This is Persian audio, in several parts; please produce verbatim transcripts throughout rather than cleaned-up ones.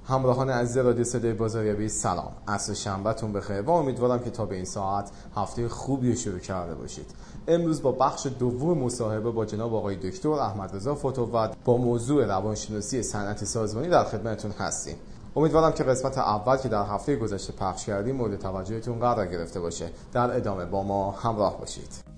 همراهان عزیز رادیو صدای بازاریابی سلام، عصر شنبهتون بخیر و امیدوارم که تا به این ساعت هفته خوبی رو شروع کرده باشید. امروز با بخش دوم مصاحبه با جناب آقای دکتر احمدرضا فتووت با موضوع روانشناسی صنعت سازمانی در خدمتتون هستیم. امیدوارم که قسمت اول که در هفته گذشته پخش کردیم مورد توجهتون قرار گرفته باشه. در ادامه با ما همراه باشید.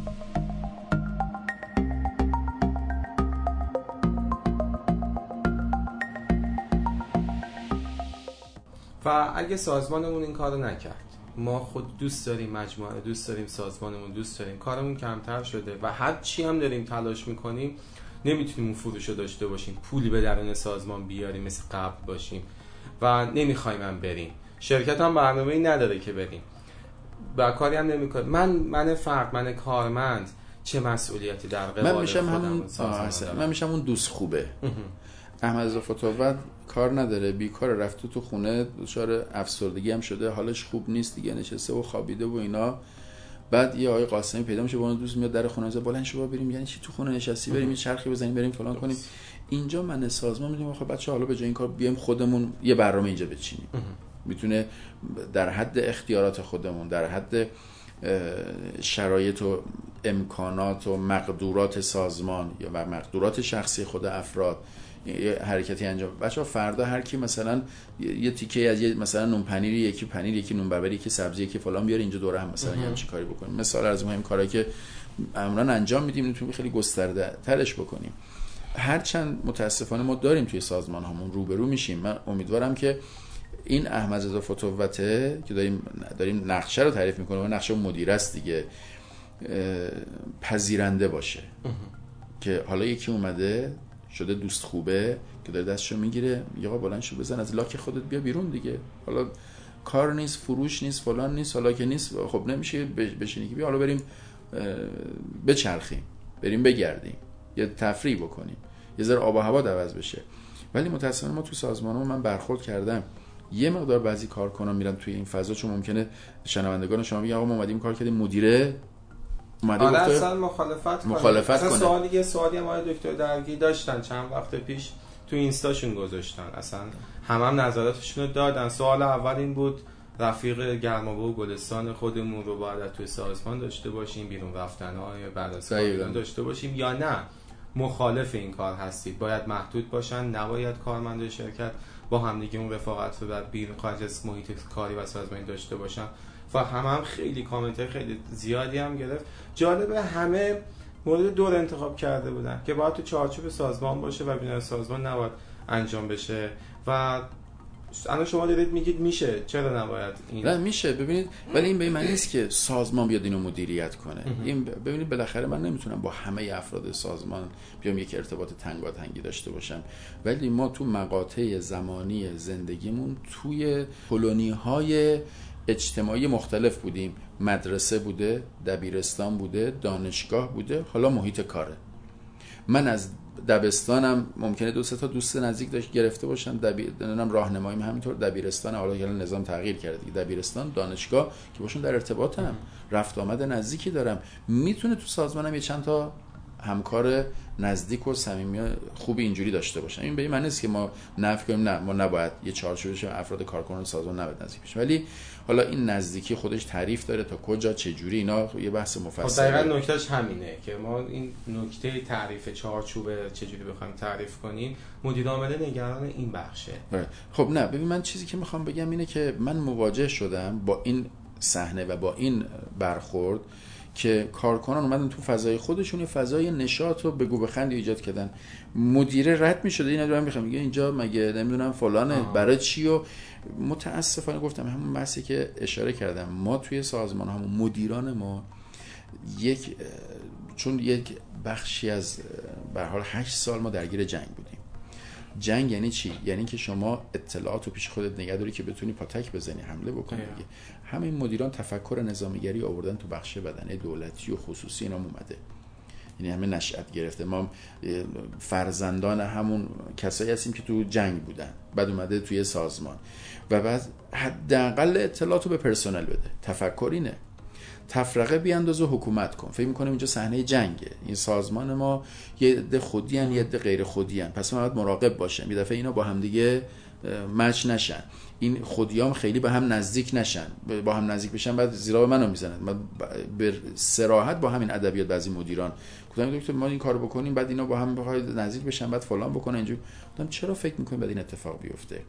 و اگه سازمانمون این کارو نکرد، ما خود دوست داریم مجموعه دوست داریم سازمانمون دوست داریم کارمون کمتر شده و هر چی هم داریم تلاش میکنیم نمیتونیم اون فروشو داشته باشیم، پولی به درون سازمان بیاریم مثل قبل باشیم و نمیخوایم هم بریم. شرکت هم برنامه‌ای نداره که بریم و کاری هم نمیکنه. من من فرد من کارمند چه مسئولیتی در قبال من میشم همون من میشم اون دوست خوبه. احمدرضا فتووت کار نداره، بیکار، رفته تو خونه، دچار افسردگی هم شده، حالش خوب نیست دیگه، نشسته و خوابیده و اینا. بعد یه آقای قاسمی پیدا میشه با اون دوست میاد در خونه میذاره بلند شو بریم، یعنی چی تو خونه نشستی، بریم یه چرخی بزنیم بریم فلان کنیم. اینجا من سازمان میگم خب بچه‌ها حالا به جای این کار بیایم خودمون یه برنامه اینجا بچینیم. میتونه در حد اختیارات خودمون، در حد شرایط و امکانات و مقدورات سازمان یا و مقدورات شخصی خود افراد یه حرکتی انجام. بچه‌ها فردا هر کی مثلا یه تیکه از یه مثلا نون پنیری، یکی پنیر، یکی نون ببری، یکی سبزی، یکی فلان بیاره اینجا دوره هم مثلا یه همچین کاری بکنیم. مثال از مهم کارهایی که معمولا انجام میدیم میتونیم خیلی گسترده ترش بکنیم. هرچند متاسفانه ما داریم توی سازمان همون روبرو میشیم. من امیدوارم که این احمدرضا فتووته که داریم داریم نقشه رو تعریف میکنه و نقشه مدیر است دیگه، پذیرنده باشه که حالا یکی اومده شده دوست خوبه که داره دستشو میگیره میگه آقا بلند شو بزن از لاک خودت بیا بیرون دیگه، حالا کار نیست، فروش نیست، فلان نیست، حالا که نیست خب نمیشه بشینی که بیا حالا بریم بچرخیم، بریم بگردیم، یه تفریح بکنیم، یه ذره آب و هوا عوض بشه. ولی متأسفانه ما تو سازمانمون من برخورد کردم یه مقدار بعضی کارکنان میرن توی این فضا، چون ممکنه شنوندگان شما بگن آقا ما اومدیم کار کردیم مدیره اومده آره اصلا مخالفت کنه. مخالفت اصلا کنه. سوالی یه سوالی هم آقای دکتر درگی داشتن چند وقت پیش تو اینستاشون گذاشتن، اصلا هم هم نظراتشون رو دادن. سوال اول این بود رفیق گرمابه و گلستان خودمون رو باید توی سازمان داشته باشیم، بیرون رفتن‌های بعد از کار داشته باشیم یا نه مخالف این کار هستید، باید محدود باشن، نباید کارمندای شرکت با همدیگه اون رفاقت رو در بیرون خارج از محیط کاری و سازمانی داشته باشن. و هم هم خیلی کامنت خیلی زیادی هم گرفت. جالبه همه مورد دور انتخاب کرده بودن که باید تو چارچوب سازمان باشه و بنا سازمان نباید انجام بشه. و الان شما دارید میگید میشه، چرا نباید این؟ نه میشه، ببینید، ولی این به این معنی نیست که سازمان بیاد اینو مدیریت کنه. این ببینید بالاخره من نمیتونم با همه افراد سازمان بیام یک ارتباط تنگاتنگی داشته باشم، ولی ما تو مقاطع زمانی زندگیمون توی کلونی‌های اجتماعی مختلف بودیم. مدرسه بوده، دبیرستان بوده، دانشگاه بوده، حالا محیط کاره. من از دبستانم ممکنه دو سه تا دوست نزدیک داشت گرفته باشم، دبیرستانم راهنماییم همینطور، دبیرستان حالا که نظام تغییر کرده دیگه، دبیرستان، دانشگاه که باشون در ارتباطم، رفت آمد نزدیکی دارم. میتونه تو سازمانم یه چند تا همکار نزدیک و صمیمی خوبی اینجوری داشته باشم. این به این معنی نیست که ما نفی کنیم نه ما نباید یه چارچوبش افراد کارکنان سازمان نباید نزدیک بشیم، ولی حالا این نزدیکی خودش تعریف داره تا کجا چه جوری، اینا یه بحث مفصله. دقیقاً نکتهش همینه که ما این نکته تعریف چارچوب چه جوری بخوایم تعریف کنیم مدیر عامل نگران این بخشه. خب نه ببین، من چیزی که میخوام بگم اینه که من مواجه شدم با این صحنه و با این برخورد که کارکنان اومدن تو فضای خودشون یه فضای نشاط و بگو بخند ایجاد کردن. مدیره رد میشده اینا رو میخوام میگه اینجا مگه نمیدونم فلانه آه. برای چی؟ و متاسفانه گفتم همون بحثی که اشاره کردم، ما توی سازمان همون مدیران ما یک چون یک بخشی از به هر حال هشت سال ما درگیر جنگ بودیم. جنگ یعنی چی؟ یعنی که شما اطلاعات رو پیش خودت نگه داری که بتونی پاتک بزنی، حمله بکنی دیگه. همین مدیران تفکر نظامیگری آوردن تو بخش بدنه دولتی و خصوصی اینا اومده، یعنی همه نشأت گرفته. ما فرزندان همون کسایی هستیم که تو جنگ بودن، بعد اومده توی سازمان و بعد حداقل اطلاعاتو به پرسنل بده. تفکر اینه، تفرقه بیانداز و حکومت کن. فکر می‌کنیم اینجا صحنه جنگه، این سازمان ما یه عده خودی ان، یه عده غیر خودی ان، پس ما باید مراقب باشیم. یه دفعه اینا با هم دیگه مچ نشن، این خودیام خیلی به هم نزدیک نشن. با هم نزدیک بشن بعد زیرا به منو میزنن. من به صراحت با همین ادبیات بعضی مدیران گفتم دکتر ما این کارو بکنیم بعد اینا با هم بخواید نزدیک بشن بعد فلان بکنن اینجوری. گفتم چرا فکر میکنین بعد این اتفاق بیفته؟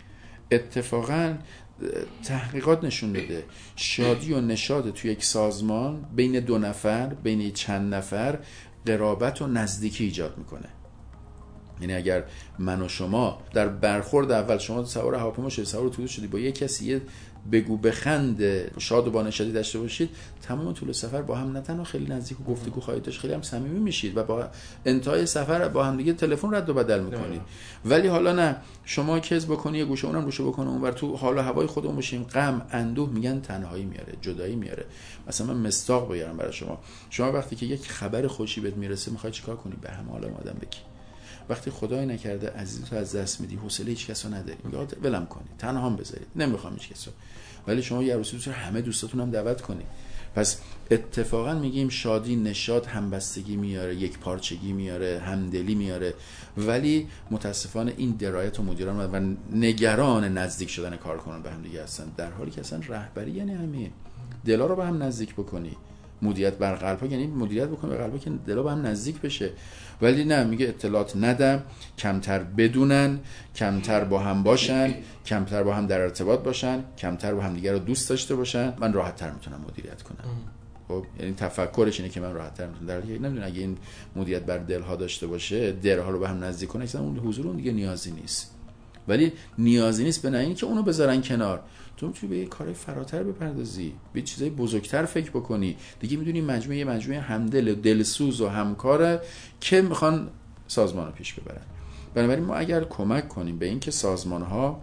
اتفاقا تحقیقات نشون داده شادی و نشاط توی یک سازمان بین دو نفر، بین چند نفر قرابت و نزدیکی ایجاد میکنه. یعنی اگر من و شما در برخورد اول شما سوار هواپیما شدید، سوار اتوبوس شدید، با یک کسی یه بگو بخند شاد و با نشاطی داشته باشید، تمام طول سفر با هم نه تنها خیلی نزدیک و گفتگو خواهید داشت، خیلی هم صمیمی میشید و با انتهای سفر با هم دیگه تلفن رد و بدل میکنید. ولی حالا نه، شما کز بکنی یه گوشه اونم گوشه بکنه اونور، تو حال و هوای خودمون باشیم، غم، اندوه، میگن تنهایی میاره، جدایی میاره. مثلا من مستاق بیارم برای شما. شما وقتی که یک خبر خوشی بهت میرسه میخوای چیکار کنی؟ به هم حال آدم بگی. وقتی خدای نکرده عزیزتو از دست میدی، حوصله هیچ کسو نداری، یاد ولم کنی، تنها هم بذارید، نمیخوام هیچ کسو. ولی شما یه عروسی دوست همه دوستاتون هم دعوت کنی. پس اتفاقا میگیم شادی، نشاط، همبستگی میاره، یک پارچگی میاره، همدلی میاره. ولی متاسفانه این درایت و مدیران و نگران نزدیک شدن کارکنان به هم دیگه هستن، در حالی که اصلا رهبری یعنی همین دلا رو به هم نزدیک بکنی. مدیریت بر قلب‌ها یعنی مدیریت بکنه به قلب‌ها که دلا به هم نزدیک بشه. ولی نه، میگه اطلاعات ندم، کمتر بدونن، کمتر با هم باشن، کمتر با هم در ارتباط باشن، کمتر با هم دیگر رو دوست داشته باشن، من راحت‌تر میتونم مدیریت کنم. خب یعنی تفکرش اینه که من راحت‌تر میتونم، در حالی که نمیدونه اگه این مدیریت بر دلها داشته باشه، دلها رو به هم نزدیک کنه، اصلا اون حضور اون دیگه نیازی نیست. ولی نیازی نیست به نه اینکه اونو بذارن کنار، تو میتونی به یه کارهای فراتر بپردازی، به چیزای بزرگتر فکر بکنی. دیگه میدونی مجموعه یه مجموعه همدل، دلسوز و همکاره که میخوان سازمان رو پیش ببرن. بنابراین ما اگر کمک کنیم به این که سازمان‌ها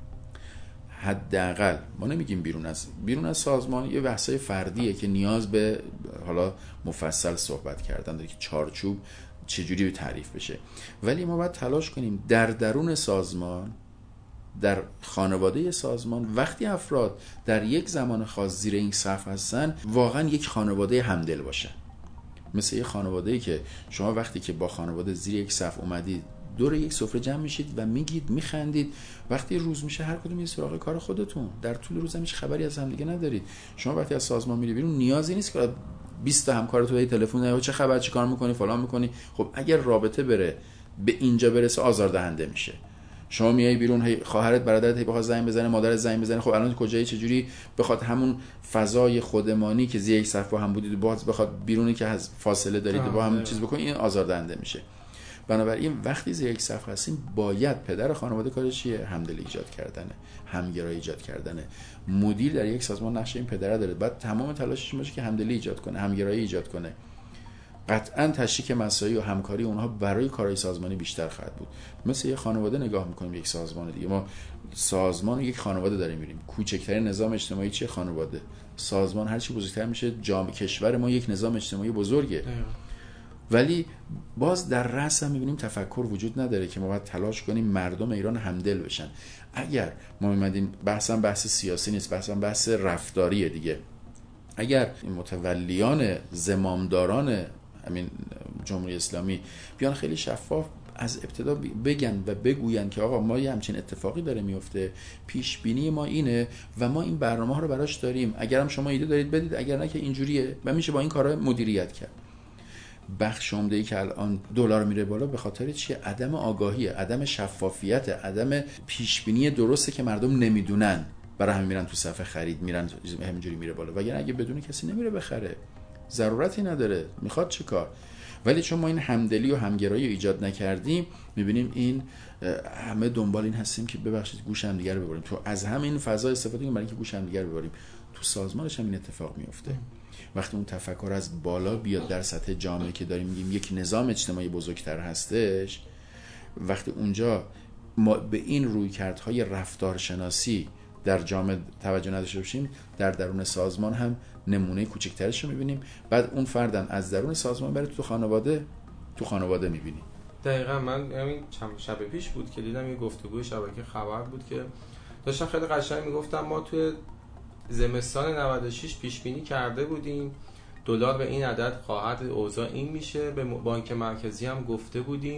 حداقل، ما نمیگیم بیرون از بیرون از سازمان یه بحثای فردیه که نیاز به حالا مفصل صحبت کردن داره که چارچوب چجوری تعریف بشه، ولی ما باید تلاش کنیم در درون سازمان، در خانواده سازمان، وقتی افراد در یک زمان خاص زیر این سقف هستن، واقعا یک خانواده همدل باشن. مثل یک خانواده‌ای که شما وقتی که با خانواده زیر یک سقف اومدید، دور یک سفره جمع میشید و میگید، میخندید، وقتی روز میشه هر کدوم یه سراغ کار خودتون، در طول روز هیچ خبری از هم دیگه ندارید. شما وقتی از سازمان میری بیرون نیازی نیست که بیست تا همکارتو به تلفن نگاه چه خبر، چیکار میکنی، فلان میکنی. خب اگر رابطه بره به اینجا برسه آزاردهنده میشه. شما میای بیرون، هی خواهرت برادرت هی بخواد زنگ بزنه، مادرت زنگ بزنه، خب الان کجایی، چجوری بخواد همون فضای خودمانی که زیر یک صف با هم بودید باز بخواد بیرونی که از فاصله دارید با هم چیز بکنید، این آزاردهنده میشه. بنابراین وقتی زیر یک صف هستیم باید پدر خانواده کارش چیه؟ همدلی ایجاد کردنه، همگرایی ایجاد کردنه. مدیر در یک سازمان نقش این پدره داره، بعد تمام تلاشش باشه که همدلی ایجاد کنه، همگرایی ایجاد کنه. قطعاً تشریک مساعی و همکاری اونها برای کارهای سازمانی بیشتر خواهد بود. مثل یک خانواده نگاه میکنیم، یک سازمان دیگه. ما سازمان یک خانواده داریم میریم. کوچکترین نظام اجتماعی چیه؟ خانواده. سازمان هر چی بزرگتر میشه، جامعه کشور ما یک نظام اجتماعی بزرگه. ولی باز در رأس هم میبینیم تفکر وجود نداره که ما باید تلاش کنیم مردم ایران همدل بشن. اگر ما میمدیم، بحثا بحث سیاسی نیست، بحثا بحث رفتاریه دیگه. اگر این متولیان زمامداران همین جمهوری اسلامی بیان خیلی شفاف از ابتدا بگن و بگوین که آقا ما یه همچین اتفاقی داره میفته، پیش بینی ما اینه و ما این برنامه ها رو براش داریم، اگرم شما ایده دارید بدید، اگر نه که اینجوریه و میشه با این کارا مدیریت کرد. بخش عمده‌ای که الان دلار میره بالا به خاطر چیه؟ عدم آگاهیه، عدم شفافیت، عدم پیش بینی درسته که مردم نمیدونن، برای همین میرن تو صفحه خرید، میرن همینجوری میره بالا. وگرنه اگه بدون کسی نمیره بخره، ضرورتی نداره، میخواد چه کار. ولی چون ما این همدلی و همگرایی ایجاد نکردیم، میبینیم این همه دنبال این هستیم که ببخشید گوش هم دیگه رو ببریم، تو از همین فضا استفاده کنیم برای اینکه گوش هم دیگه رو ببریم. تو سازمانش هم این اتفاق میفته. وقتی اون تفکر از بالا بیاد در سطح جامعه که داریم میگیم یک نظام اجتماعی بزرگتر هستش، وقتی اونجا ما به این رویکردهای رفتارشناسی در جامعه توجه نداشته باشیم، در درون سازمان هم نمونه کوچکترش رو میبینیم. بعد اون فردن از درون سازمان بره تو خانواده، تو خانواده میبینیم. دقیقاً. من همین چند شب پیش بود که دیدم یه گفتگوی شبکه خبر بود که داشتن خیلی قشنگ میگفتن ما توی زمستان نود و شش پیش بینی کرده بودیم دلار به این عدد خواهد، اوضاع این میشه، به بانک مرکزی هم گفته بودیم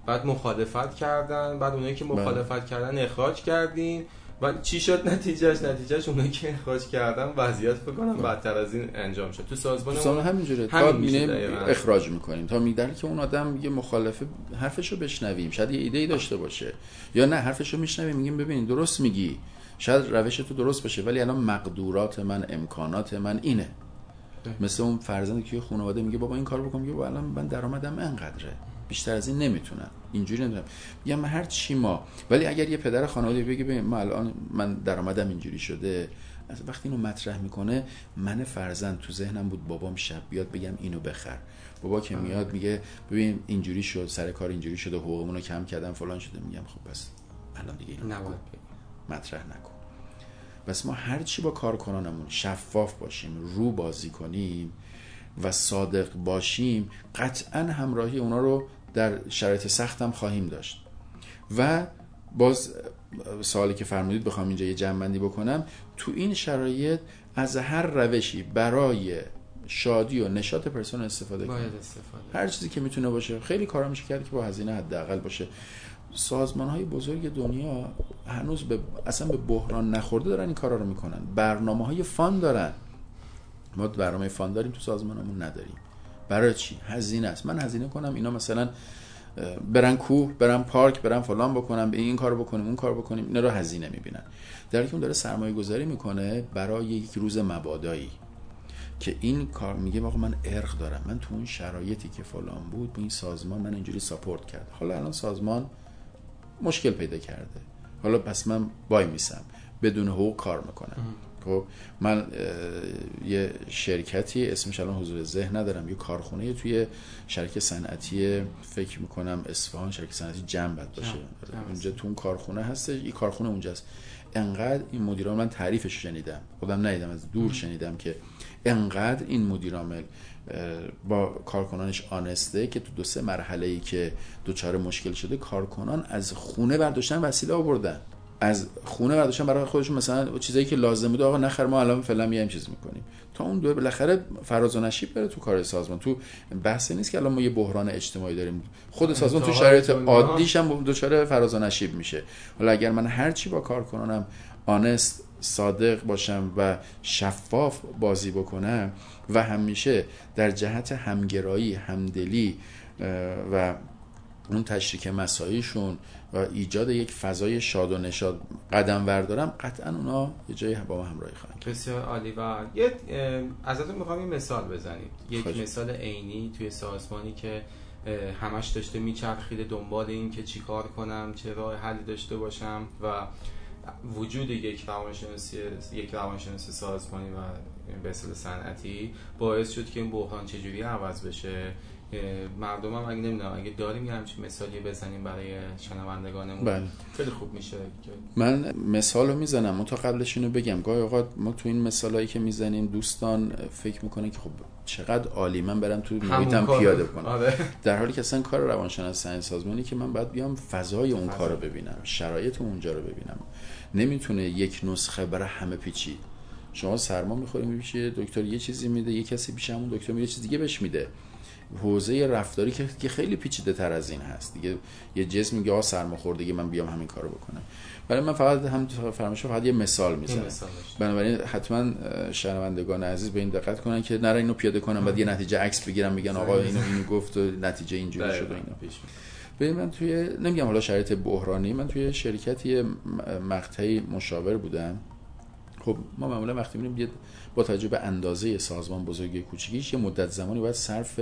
بعد مخالفت کردن، بعد اونایی که مخالفت بله. کردن اخراج کردیم و چی شد نتیجهش؟ نتیجهش اونایی که اخراج کردن وضعیت بکنم بدتر از این انجام شد. تو سازمان ما همینجوره، تا می‌بینیم اخراج میکنیم تا میدن که اون آدم میگه مخالفه حرفشو بشنویم، شاید یه ایده‌ای داشته باشه، یا نه حرفشو میشنویم میگیم ببین درست میگی، شاید روش تو درست باشه ولی الان مقدورات من، امکانات من اینه. مثل اون فرزندی که خانواده میگه بابا این کارو بکن، میگه بابا الان من درآمدم اینقدره، بیشتر از این نمیتونم، اینجوری نمیتونم. میگم هر چی ما، ولی اگر یه پدر خانواده بگه ببین ما الان من درآمدم اینجوری شده، از وقتی اینو مطرح میکنه، من فرزند تو ذهنم بود بابام شب بیاد بگم اینو بخر، بابا که میاد میگه ببین اینجوری شد، سر کار اینجوری شده، حقوقمونو کم کردن فلان شده، میگم خب بس الان دیگه اینو نباید مطرح نکن. بس ما هر چی با کارکنانمون شفاف باشیم، رو بازی کنیم و صادق باشیم، قطعا همراهی اونا رو در شرایط سخت هم خواهیم داشت. و باز سوالی که فرمودید بخوام اینجا یه جمع‌بندی بکنم، تو این شرایط از هر روشی برای شادی و نشاط پرسنل استفاده کنیم، استفاده. هر چیزی که میتونه باشه. خیلی کارا میشه کرد که با هزینه حداقل باشه. سازمان‌های بزرگ دنیا هنوز به اصلا به بحران نخورده دارن این کارا رو میکنن، برنامه‌های فان دارن. ما برنامه فان داریم تو سازمانمون نداریم. برای چی؟ هزینه است. من هزینه کنم اینا مثلا برن کوه، برن پارک، برن فلان بکنم، این کارو بکنیم، اون کارو بکنیم، اینا رو هزینه میبینن. در حالی که اون داره سرمایه گذاری میکنه برای یک روز مبادایی که این کار میگه آقا من ارق دارم، من تو اون شرایطی که فلان بود با این سازمان من اینجوری ساپورت کرد، حالا الان سازمان مشکل پیدا کرده، حالا پس من وای میسم بدون حقوق کار میکنم. خب من یه شرکتی اسمش الان حضور ذهن ندارم، یه کارخونه توی شرکت صنعتی فکر میکنم اصفهان، شرکت صنعتی جنبت باشه، اونجا تو اون کارخونه هست، این کارخونه اونجاست. انقدر این مدیر عامل، من تعریفش شنیدم، خودم ندیدم، از دور شنیدم که انقدر این مدیر عامل با کارکنانش آنسته که تو دو سه مرحله‌ای که دوچار مشکل شده، کارکنان از خونه برداشتن وسیله آوردن، از خونه برداشتن برای خودشون مثلا چیزایی که لازم بود، آقا نخر ما الان فعلا میایم چیز میکنیم، تا اون دو بالاخره فراز و نشیب بره تو کار سازمان. تو بحث نیست که الان ما یه بحران اجتماعی داریم، خود سازمان تو شرایط عادیش هم دچار فراز و نشیب میشه. حالا اگر من هر چی با کارکنانم آنست، صادق باشم و شفاف بازی بکنم و همیشه در جهت همگرایی، همدلی و اون تشریک مساعیشون و ایجاد یک فضای شاد و نشاد قدم بردارم، قطعا اونا یه جایی با ما همراهی خواهند. بسیار عالی. و یه ازتون میخوام یه مثال بزنید، یک خواهد. مثال عینی توی سازمانی که همش داشته میچرخیده دنبال این که چی کار کنم، چه راه حلی داشته باشم و وجود یک روانشناسی یک روانشناسی سازمانی و به اصطلاح صنعتی باعث شد که این بحران چجوری عوض بشه. مردم هم اگه نمیدونم اگه داریم یه همچین مثالی بزنیم برای شنوندگانمون بله. خیلی خوب میشه. من مثالو میزنم، من تا قبلش اینو بگم، گاهی اوقات ما تو این مثالایی که میزنیم دوستان فکر میکنن که خب چقدر عالی من برم تو محیطم پیاده کنم. آره. در حالی که اصلا کار روانشناسی سازمانی که من باید بیام فضای اون فضا. کارو ببینم، شرایط اونجا رو ببینم. نمیتونه یک نسخه برای همه پیچید. شما سرما میخوری میشه دکتر یه چیزی میده، یه کسی پیش همون دکتر میره چیز دیگه بهش میده. حوزه رفتاری که خیلی پیچیده تر از این هست دیگه. یه جسم میگه آ سرماخوردگی من بیام همین کارو بکنم. برای من فقط هم فرمایش فقط یه مثال میزنم. بنابراین حتما شنوندگان عزیز به این دقت کنن که نره اینو پیاده کنن بعد یه نتیجه عکس بگیرن میگن آقا اینو اینو گفت و نتیجه اینجوری شد و اینا. ببین من توی نمیگم حالا شرایط بحرانی، من توی شرکتی مقطعی مشاور بودم. خب ما معمولا وقتی میریم با توجه به اندازه سازمان بزرگی کوچیکیش یه مدت زمانی باید صرف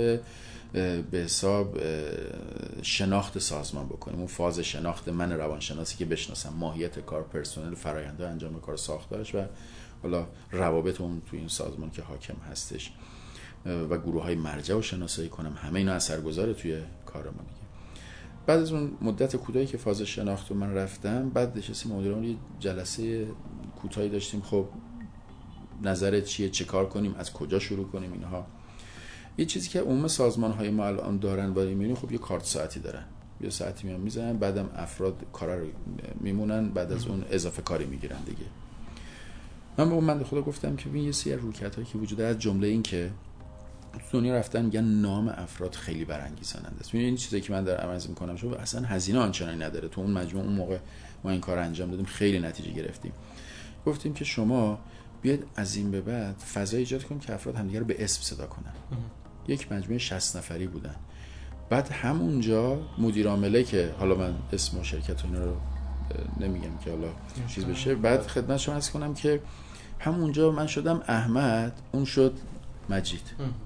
به حساب شناخت سازمان بکنیم، اون فاز شناخت من روانشناسی که بشناسم ماهیت کار، پرسنل، فرآیندهای انجام کار، ساختارش و حالا روابط اون تو این سازمان که حاکم هستش و گروه‌های مرجع رو شناسایی کنم، همه اینا اثرگذاره توی کار ما دیگه. بعد از اون مدت کوتاهی که فاز شناخت رو من رفتم، بعد نشستیم مدیران یه جلسه کوتاهی داشتیم. خب نظرت چیه، چه کار کنیم، از کجا شروع کنیم اینها. یه چیزی که عموم سازمان‌های ما الان دارن برای می‌بینیم، خب یه کارت ساعتی دارن، یه ساعتی میان میزنن، بعدم افراد کارا رو میمونن، بعد از اون اضافه کاری میگیرن دیگه. من به من خدا گفتم که ببین یه سری روکتایی که وجود داره، از جمله این که دنیا رفتن میگن نام افراد خیلی برانگیزاننده است. این چیزی که من دارم عرض میکنم شو اصلا هزینه آنچنانی نداره. تو اون مجموعه اون موقع ما این کار انجام دادیم، خیلی نتیجه گرفتیم. گفتیم که شما بیاید از این به بعد فضای ایجاد کنیم که افراد همدیگه رو به اسم صدا کنن. یک مجموعه شصت نفری بودن. بعد همونجا مدیر عامله که حالا من اسم و شرکت و اینا رو نمیگم که حالا چیز بشه، بعد خدمت شما عرض کنم که همونجا من شدم احمد، اون شد مجید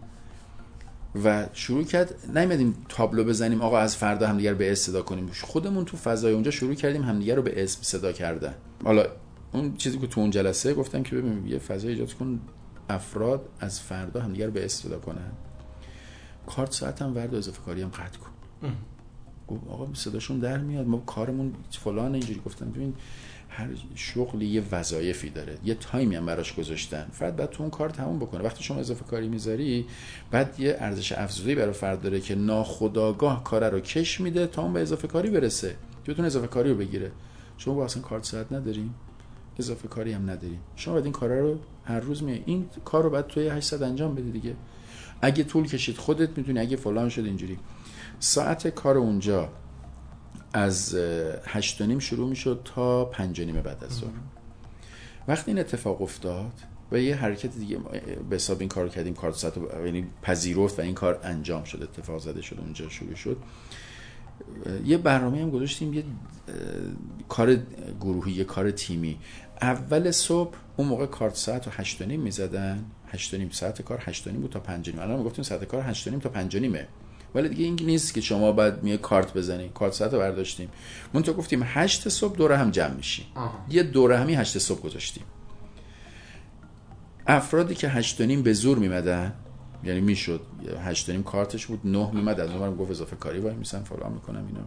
و شروع کرد. نیومدیم تابلو بزنیم آقا از فردا همدیگه رو به اسم صدا کنیم، خودمون تو فضای اونجا شروع کردیم همدیگه رو به اسم صدا کردن. حالا اون چیزی که تو اون جلسه گفتم که ببین یه فضای ایجاد کن افراد از فردا همدیگه رو به اسم صدا کنن، کارت ساعت هم ورد و اضافه کاری هم قطع کن. گفت آقا صداشون در میاد، ما کارمون فلان. اینجوری گفتم ببین هر شغلی یه وظایفی داره، یه تایمی هم براش گذاشتن، فرد بعد تو اون کار تموم بکنه. وقتی شما اضافه کاری میذاری بعد یه ارزش افزوده برای فرد داره که ناخودآگاه کار رو کش میده تا اون به اضافه کاری برسه، که بتونه اضافه کاری رو بگیره. شما با اصلا کارت ساعت نداریم، اضافه کاری هم نداریم، شما باید این کارا رو هر روز می این کار رو بعد توی هشتصد انجام بدی دیگه. اگه طول کشید خودت میدونی، اگه فلان شد اینجوری. ساعت کار اونجا از هشت و نیم شروع میشد تا پنج و نیم بعد از ظهر. وقتی این اتفاق افتاد و یه حرکت دیگه به حساب این کارو کردیم، کارت ساعت رو یعنی پذیرفت و این کار انجام شد، اتفاق زده شد، اونجا شروع شد. یه برنامه هم گذاشتیم، یه کار گروهی، یه کار تیمی. اول صبح اون موقع کارت ساعت رو هشت و نیم میزدن، هشت و نیم ساعت کار هشت و نیم بود تا پنج و نیم. الان گفتیم ساعت کار هشت و نیم تا پنج و نیمه، ولی دیگه این نیست که شما بعد میای کارت بزنی. کارت ساعت رو برداشتیم، من تو گفتیم هشت صبح دوره هم جمع میشیم. یه دوره همی هشت صبح گذاشتیم. افرادی که هشت و نیم به زور میمدن، یعنی میشد هشت و نیم کارتش بود، نه میمد، از اونم گفت اضافه کاری وای میسن فلان میکنم اینا.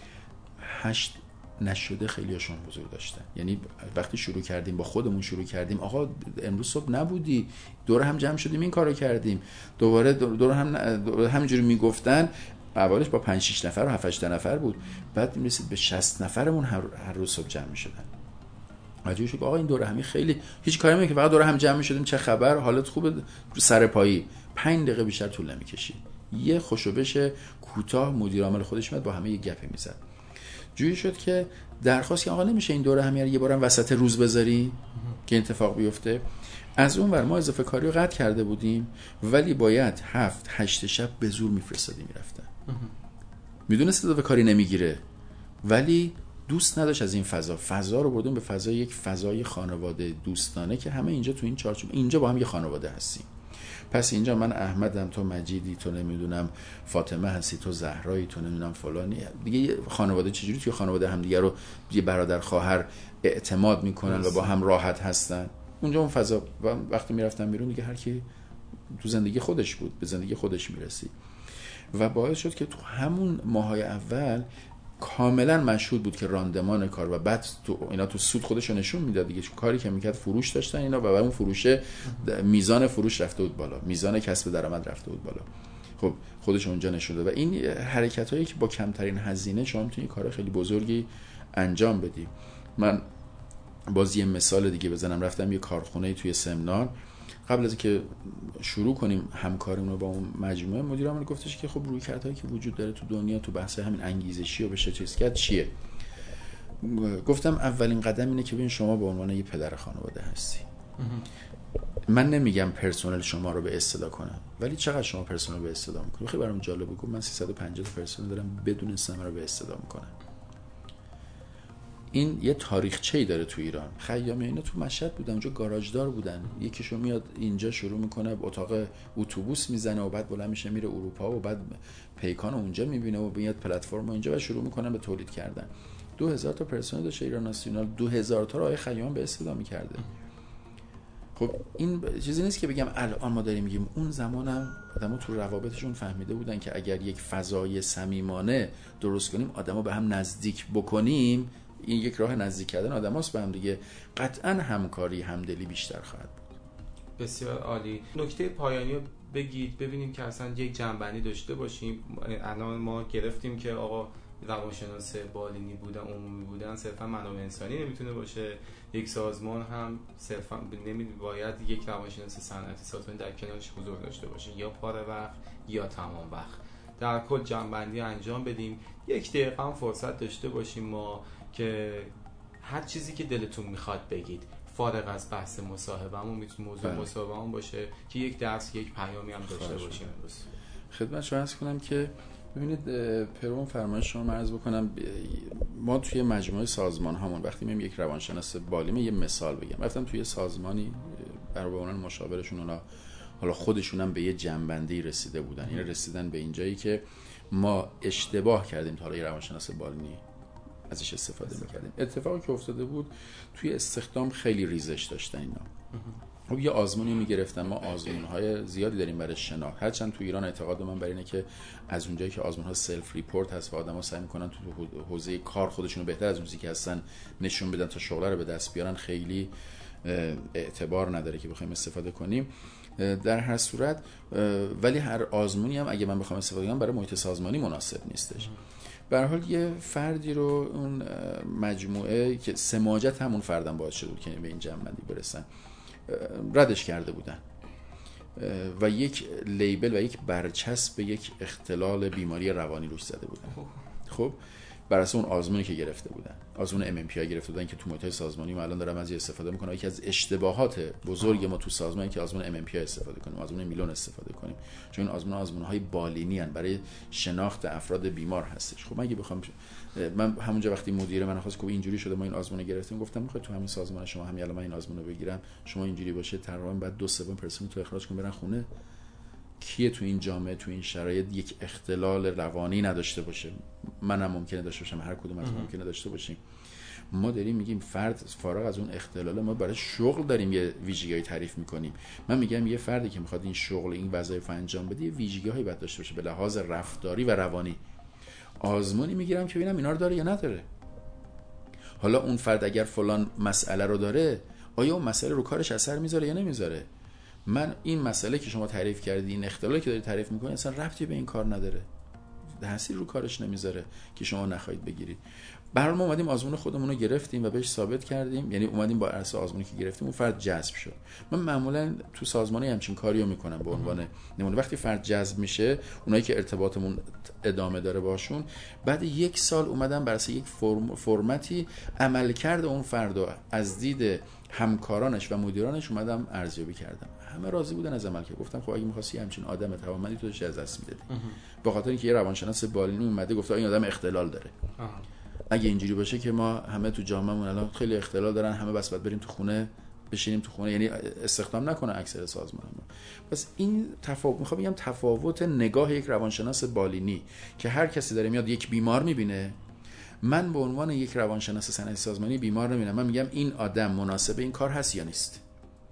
هشت نشده خیلیاشون حضور داشتن. یعنی وقتی شروع کردیم با خودمون شروع کردیم، آقا امروز صبح نبودی، دوره هم جمع شدیم این کارو کردیم، دوباره دوره هم همینجوری میگفتن. اولش با پنج شش نفر و هفت هشت نفر بود، بعد میرسید به شصت نفرمون هر, هر روز صبح جمع میشدن. عجیب شد آقا این دوره همی خیلی هیچ کاری نمیکنه، فقط دوره هم جمع میشدیم، چه خبر، حالت خوبه، سر پایی. پنج دقیقه بیشتر طول نمیکشید. یه خوشوبش کوتاه مدیر عامل خودش میاد با همه یه گپی میزد. جوری شد که درخواست که آقا نمیشه این دوره همی یه بارم وسط روز بذاری که اتفاق بیفته. از اون ور ما اضافه کاری رو قطع کرده بودیم، ولی باید هفت هشت شب به زور میفرستادیم میرفتن. میدونست اضافه کاری نمیگیره، ولی دوست نداشت از این فضا فضا رو بردیم به فضای یک فضای خانواده دوستانه که همه اینجا تو این چارچوب اینجا با هم یه خانواده هستیم. پس اینجا من احمدم، تو مجیدی، تو نمیدونم فاطمه هستی، تو زهرایی، تو نمیدونم فلانی. دیگه خانواده چجوری توی خانواده هم دیگه رو یه برادر خواهر اعتماد میکنن و با هم راحت هستن. اونجا اون فضا وقتی میرفتن بیرون دیگه هر کی تو زندگی خودش بود، به زندگی خودش میرسی. و باعث شد که تو همون ماهای اول کاملا مشهود بود که راندمان کار و بعد تو اینا تو سود خودشو نشون میداد دیگه. کاری که میکرد فروش داشتن اینا و بعد اون فروشه میزان فروش رفته بود بالا، میزان کسب درآمد رفته بود بالا. خب خودش اونجا نشون داد و این حرکتایی که با کمترین هزینه شما میتونید کار خیلی بزرگی انجام بدی. من باز یه مثال دیگه بزنم. رفتم یه کارخونه توی سمنان، قبل از اینکه شروع کنیم همکاریمون رو با اون مجموعه، مدیر عامل گفتش که خب رویکردهایی که وجود داره تو دنیا تو بحث همین انگیزشی و بشه چیز کرد چیه. گفتم اولین قدم اینه که ببین شما به عنوان یه پدر خانواده هستی. من نمیگم پرسنل شما رو به استدا کنم، ولی چقدر شما پرسنل به استدا میکنی؟ خیلی برام جالب بود. من سیصد و پنجاه پرسنل دارم بدون استدا رو به استدا میکنم. این یه تاریخچه‌ای داره تو ایران. خیامی اینا تو مشهد بودن، اونجا گاراژدار بودن، یکیشو میاد اینجا شروع میکنه اتاق اتوبوس میزنه و بعد بلند میشه میره اروپا و بعد پیکان اونجا میبینه و میاد پلتفرم اینجا و شروع میکنن به تولید کردن. دو هزار تا پرسنل داشته ایران ناسیونال، دو هزار تا رو آقای خیام به استفاده میکرده. خب این چیزی نیست که بگم الان ما داریم میگیم، اون زمانم آدم‌ها تو روابطشون فهمیده بودن که اگر یک فضای صمیمانه درست کنیم، آدم‌ها به هم نزدیک بکنیم، این یک راه نزدیک کردن آدماست به هم دیگه، قطعا همکاری همدلی بیشتر خواهد بود. بسیار عالی. نکته پایانی رو بگید ببینیم که اصلا یک جنبندی داشته باشیم. الان ما گرفتیم که آقا روانشناس بالینی بودن، عمومی بودن صرفا منابع انسانی نمیتونه باشه. یک سازمان هم صرفا نمیدونه باید یک روانشناس صنعتی سازمان در کنارش حضور داشته باشه، یا پاره وقت یا تمام وقت. در کل جمع‌بندی انجام بدیم، یک دقیقه هم فرصت داشته باشیم ما که هر چیزی که دلتون میخواد بگید، فارغ از بحث مصاحبهمون. میتونه موضوع مصاحبهمون باشه که یک درس، یک پیامی هم داشته باشیم. امروز خدمت شما عرض کنم که ببینید پرون فرمایش شما عرض بکنم، ما توی مجموعه سازمان همون وقتی میام یک روانشناس بالینی، یه مثال بگم، رفتم توی سازمانی برای عنوان مشاورشون، اونا حالا خودشون هم به یه جنبندی رسیده بودن، یعنی رسیدن به اینجایی که ما اشتباه کردیم تا حالا یه روانشناس بالینی ازش استفاده میکردیم. اتفاقی که افتاده بود توی استخدام خیلی ریزش داشتن اینا. خب یه آزمونی میگرفتن، ما آزمون‌های زیادی داریم برای شناخت، هرچند تو ایران اعتقاد من بر اینه که از اونجایی که آزمون‌ها سلف ریپورت هست و آدم‌ها سعی می‌کنن تو حوزه کار خودشونو بهتر از اون چیزی که هستن نشون بدن تا شغل رو به دست بیارن، خیلی اعتبار نداره که بخوایم استفاده کنیم. در هر صورت ولی هر آزمونی هم اگه من بخوام استفاده کنم برای محیط سازمانی مناسب نیستش. به هر حال یه فردی رو اون مجموعه که سماجت همون فردم باعث شده بود که به این جمع‌بندی برسن، ردش کرده بودن و یک لیبل و یک برچسب یک اختلال بیماری روانی روش زده بودن. خب بر اساس اون آزمونی که گرفته بودن، آزمون ام ام پی آی گرفته بودن که تو محیط سازمانی ما الان دارم از استفاده میکنم. یکی از اشتباهات بزرگ ما تو سازمانی که آزمون ام ام پی آی استفاده کنیم، آزمون میلون استفاده کنیم، چون این آزمون آزمون‌های بالینی ان، برای شناخت افراد بیمار هستش. خب اگه بخوام، من همونجا وقتی مدیر من خواست که اینجوری شده ما این آزمون گرفتیم، گفتم میخواد تو همین سازمان شما همین الان من این آزمون رو بگیرم، شما اینجوری باشه تقریبا بعد دو سوم پرسنل تو اخراج کنم برن خونه. کیه تو این جامعه تو این شرایط یک اختلال روانی نداشته باشه؟ منم ممکنه داشته باشم، هر کدوم از ما ممکنه داشته باشیم. ما داریم میگیم فرد فارغ از اون اختلال، ما برای شغل داریم یه ویژگی‌های تعریف میکنیم. من میگم یه فردی که میخواد این شغل این وظایف انجام بده یه ویژگی‌هایی باید داشته باشه به لحاظ رفتاری و روانی. آزمونی میگیرم که ببینم اینا رو داره یا نداره. حالا اون فرد اگر فلان مسئله رو داره، آیا اون مسئله رو کارش اثر میذاره یا نمیذاره؟ من این مسئله که شما تعریف کردی، این اختلالی که داری تعریف میکنی اصلا ربطی به این کار نداره، تاثیر رو کارش نمیذاره که شما نخواهید بگیرید. برای ما اومدیم آزمون خودمون رو گرفتیم و بهش ثابت کردیم، یعنی اومدیم با اساس آزمونی که گرفتیم اون فرد جذب شد. من معمولا تو سازمانی همچین کاریو میکنم به عنوان نمونه. وقتی فرد جذب میشه، اونایی که ارتباطمون ادامه داره باشون، بعد یک سال اومدم بر اساس یک فرم، فرمتی عملکرد اون فرد رو از دید همکارانش و مدیرانش اومدم ارزیابی کردم. همه راضی بودن از عمل که گفتم خب اگه می‌خواستی همچین آدم توانمندی تو داشتی از دست میدادی. به خاطر اینکه یه روانشناس بالینی اومده گفته این آدم اختلال داره. آه. اگه اینجوری باشه که ما همه تو جامعهمون الان خیلی اختلال دارن، همه بس باید بریم تو خونه بشینیم تو خونه، یعنی استخدام نکنه اکثر سازمان‌ها. پس این تفاوت، میخوام بگم تفاوت نگاه یک روانشناس بالینی که هر کسی داره میاد یک بیمار میبینه، من به عنوان یک روانشناس صنعتی سازمانی بیمار نمیبینم. من میگم این آدم مناسب این کار هست یا نیست،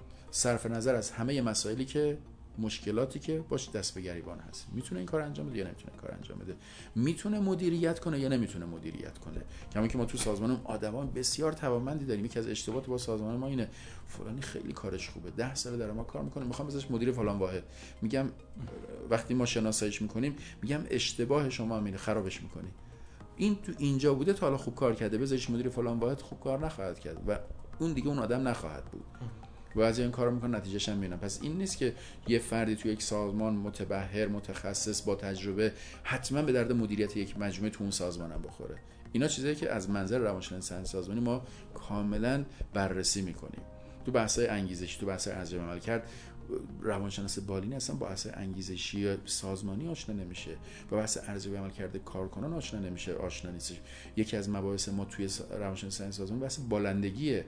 صرف نظر از همه مسائلی که مشکلاتی که باش دست به گریبان هست. میتونه این کار انجام بده یا نمیتونه این کار انجام بده، میتونه مدیریت کنه یا نمیتونه مدیریت کنه. کما که ما تو سازمانم آدمان بسیار توانمندی داریم. یکی از اشتباهات با سازمان ما اینه فلانی خیلی کارش خوبه، ده سال داره ما کار میکنه، میخوام بذارش مدیر فلان واحد. میگم وقتی ما شناساییش میکنیم میگم اشتباه شما همینه، خرابش میکنی. این تو اینجا بوده تا حالا خوب کار کرده، بذارش مدیر فلان واحد خوب کار نخواهد کرد و اون دیگه اون آدم نخواهد بود. بعضی این کارو میکنن نتیجهش هم میبینن. پس این نیست که یه فردی تو یک سازمان متبحر متخصص با تجربه حتما به درد مدیریت یک مجموعه تو اون سازمان هم بخوره. اینا چیزایی که از منظر روانشناسی صنعتی سازمانی ما کاملا بررسی میکنیم. تو بحث‌های انگیزشی، تو بحث‌های ارزیابی عملکرد، روانشناس بالینی اصلا با بحث انگیزشی سازمانی آشنا نمیشه، با بحث ارزیابی عملکرد کارکنان آشنا نمیشه، آشنا نیست. یکی از مباحث ما توی روانشناسی صنعتی سازمانی بحث بالندگیه.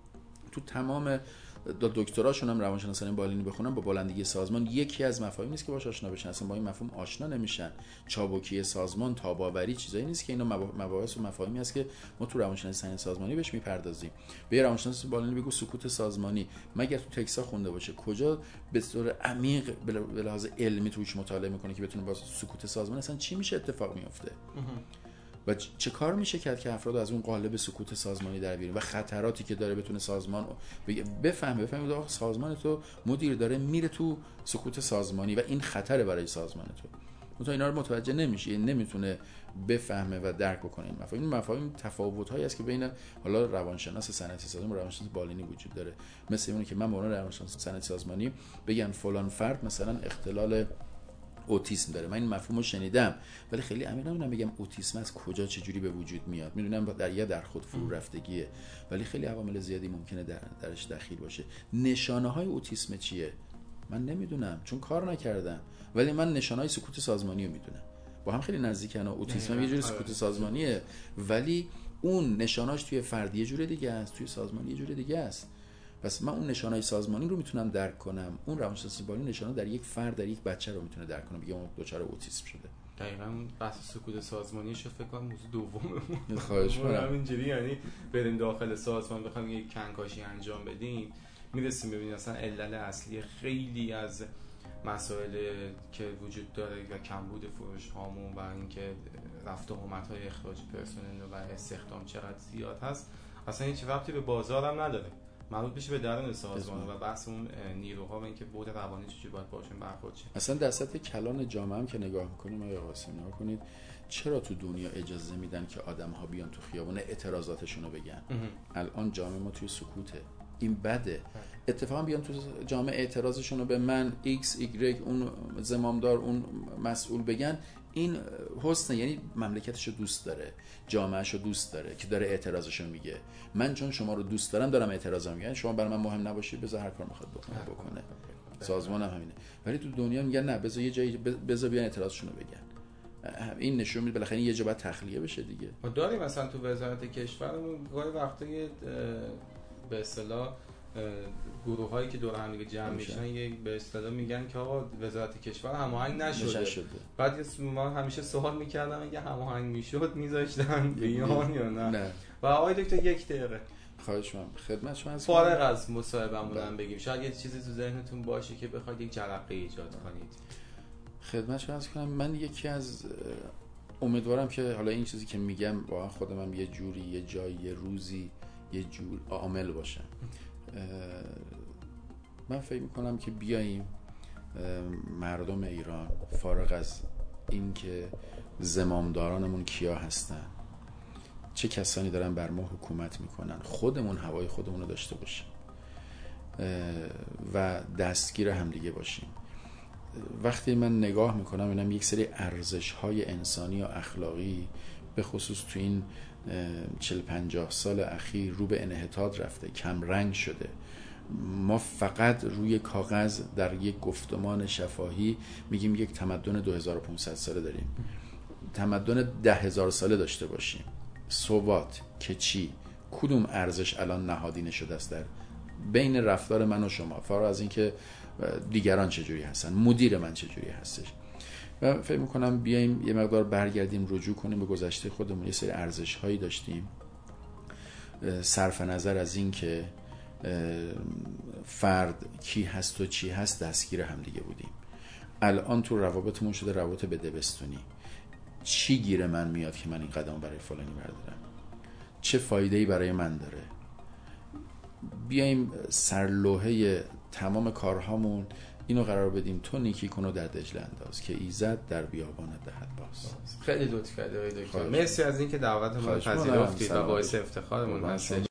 تو تمام دکتراشون هم روانشناسان بالینی بخونن با بالندگی سازمان یکی از مفاهیمی نیست که باهاش آشنا بشن، اصلا با این مفهوم آشنا نمیشن. چابکی سازمان، تاباوری، چیزایی نیست که اینا مباحث و مفاهیمی است که ما تو روانشناسی صنعتی سازمانی بهش میپردازیم. به روانشناس بالینی بگو سکوت سازمانی، مگر تو تکسا خونده باشه کجا به طور عمیق به لحاظ علمی توش مطالعه میکنه که بتونه با سکوت سازمان اصلا چی میشه اتفاق میفته و چه کار میشه کرد که افراد از اون قالب سکوت سازمانی در بیارن و خطراتی که داره بتونه سازمان بفهمه بفهمه آخه سازمان تو مدیر داره میره تو سکوت سازمانی و این خطره برای سازمان تو. مثلا اینا رو متوجه نمیشه، نمیتونه بفهمه و درک بکنه این مفاهیم. این مفاهیم تفاوت‌هایی است که بین حالا روانشناس صنعتی سازمانی و روانشناس بالینی وجود داره. مثل اینه که من به عنوان روانشناس صنعتی سازمانی بگم فلان فرد مثلا اختلال اوتیسم داره، من این مفهوم رو شنیدم ولی خیلی عمیق نمیدونم بگم اوتیسم از کجا چجوری به وجود میاد. میدونم در یا در خود فرو رفتگیه ولی خیلی عوامل زیادی ممکنه در درش دخیل باشه. نشانه های اوتیسم چیه من نمیدونم چون کار نکردم، ولی من نشانه های سکوت سازمانی رو میدونم. با هم خیلی نزدیکن. اوتیسم یه جوری سکوت سازمانیه ولی اون نشاناش توی فرد یه جور دیگه است، توی سازمان یه جور دیگه است. پس من اون نشانهای سازمانی رو میتونم درک کنم، اون روانشناسی بالین نشانه در یک فرد در یک بچه رو میتونه درک کنه، بگم اون دچار اوتیسم شده. دقیقاً بحث سکوت سازمانیش فکر کنم موضوع دومه. خواهش می‌کنم. همینجوری یعنی بریم داخل سازمان بخوایم یک کنکاشی انجام بدیم میرسیم ببینیم اصلا علل اصلی خیلی از مسائل که وجود داره و کمبود فروش هامون و اینکه رفت و آمدهای اخراج پرسنل و استخدام چقدر زیاد هست اصلا هیچ ربطی به بازار هم نداره، مربوط میشه به درون سازمان و بحث اون نیروها و اینکه بود روانی چجوری باید باشون برخورد شه. اصلا در سطح کلان جامعه هم که نگاه می‌کنیم آقای قاسمی نگاه کنید چرا تو دنیا اجازه میدن که آدم‌ها بیان تو خیابون اعتراضاتشون رو بگن؟ الان جامعه ما توی سکوته، این بده. اتفاقا بیان تو جامعه اعتراضشون رو به من ایکس ایگرگ اون زمامدار اون مسئول بگن، این حسنه، یعنی مملکتش رو دوست داره، جامعهش رو دوست داره که داره اعتراضش رو میگه. من چون شما رو دوست دارم دارم اعتراضم میگم، شما برای من مهم نباشی بذار هر کار میخواد بکنه بکنه. سازمان هم همینه. ولی تو دنیا میگن نه بذار یه جایی بذار بیان اعتراضشون رو بگن. این نشون میده بالاخره یه جا باید تخلیه بشه دیگه. ما داریم مثلا تو وزارت کشورمون گاهی وقتا به اصطلاح گروه هایی که دور هم دیگه جمع میشن یه به اصطلاح میگن که آقا وزارت کشور هماهنگ نشده. نشده. بعد ما همیشه سوال میکردم اگه هماهنگ میشد میذاشتن بیان یا نه. نه. و آقای دکتر یک دقیقه خواهش می‌کنم خدمت شما از فارغ از مصاحبهمون هم بگیم شاید یه چیزی تو ذهنتون باشه که بخواید یک جرقه ایجاد کنید. خدمت شما از کنم من یکی از امیدوارم که حالا این چیزی که میگم واقعا خودم هم یه جوری یه جایی یه روزی یه جور عامل باشم. من فکر میکنم که بیاییم مردم ایران فارغ از این که زمامدارانمون کیا هستن چه کسانی دارن بر ما حکومت میکنن خودمون هوای خودمون رو داشته باشیم و دستگیر همدیگه باشیم. وقتی من نگاه میکنم اینم یک سری ارزش‌های انسانی و اخلاقی به خصوص تو این چهل پنجاه سال اخیر رو به انحطاط رفته، کم رنگ شده. ما فقط روی کاغذ در یک گفتمان شفاهی میگیم یک تمدن دو هزار و پانصد ساله داریم، تمدن ده هزار ساله داشته باشیم. سوات که چی؟ کدوم ارزش الان نهادینه شده است در بین رفتار من و شما، فارغ از اینکه دیگران چجوری هستن، مدیر من چجوری هستش. و فکر میکنم بیایم یه مقدار برگردیم رجوع کنیم به گذشته خودمون. یه سری ارزش هایی داشتیم صرف نظر از این که فرد کی هست و چی هست دستگیر هم دیگه بودیم. الان تو روابطمون شده روابط بدبستونی. چی گیر من میاد که من این قدم برای فلانی بردارم؟ چه فایده‌ای برای من داره؟ بیایم سرلوحه تمام کارهامون اینو قرار بدیم تو نیکی کن و در دجله انداز که ایزد در بیابانت دهد باز. خیلی لطف کردید آقای دکتر. مرسی از اینکه دعوت ما رو پذیرفتید و باعث افتخارمون هست.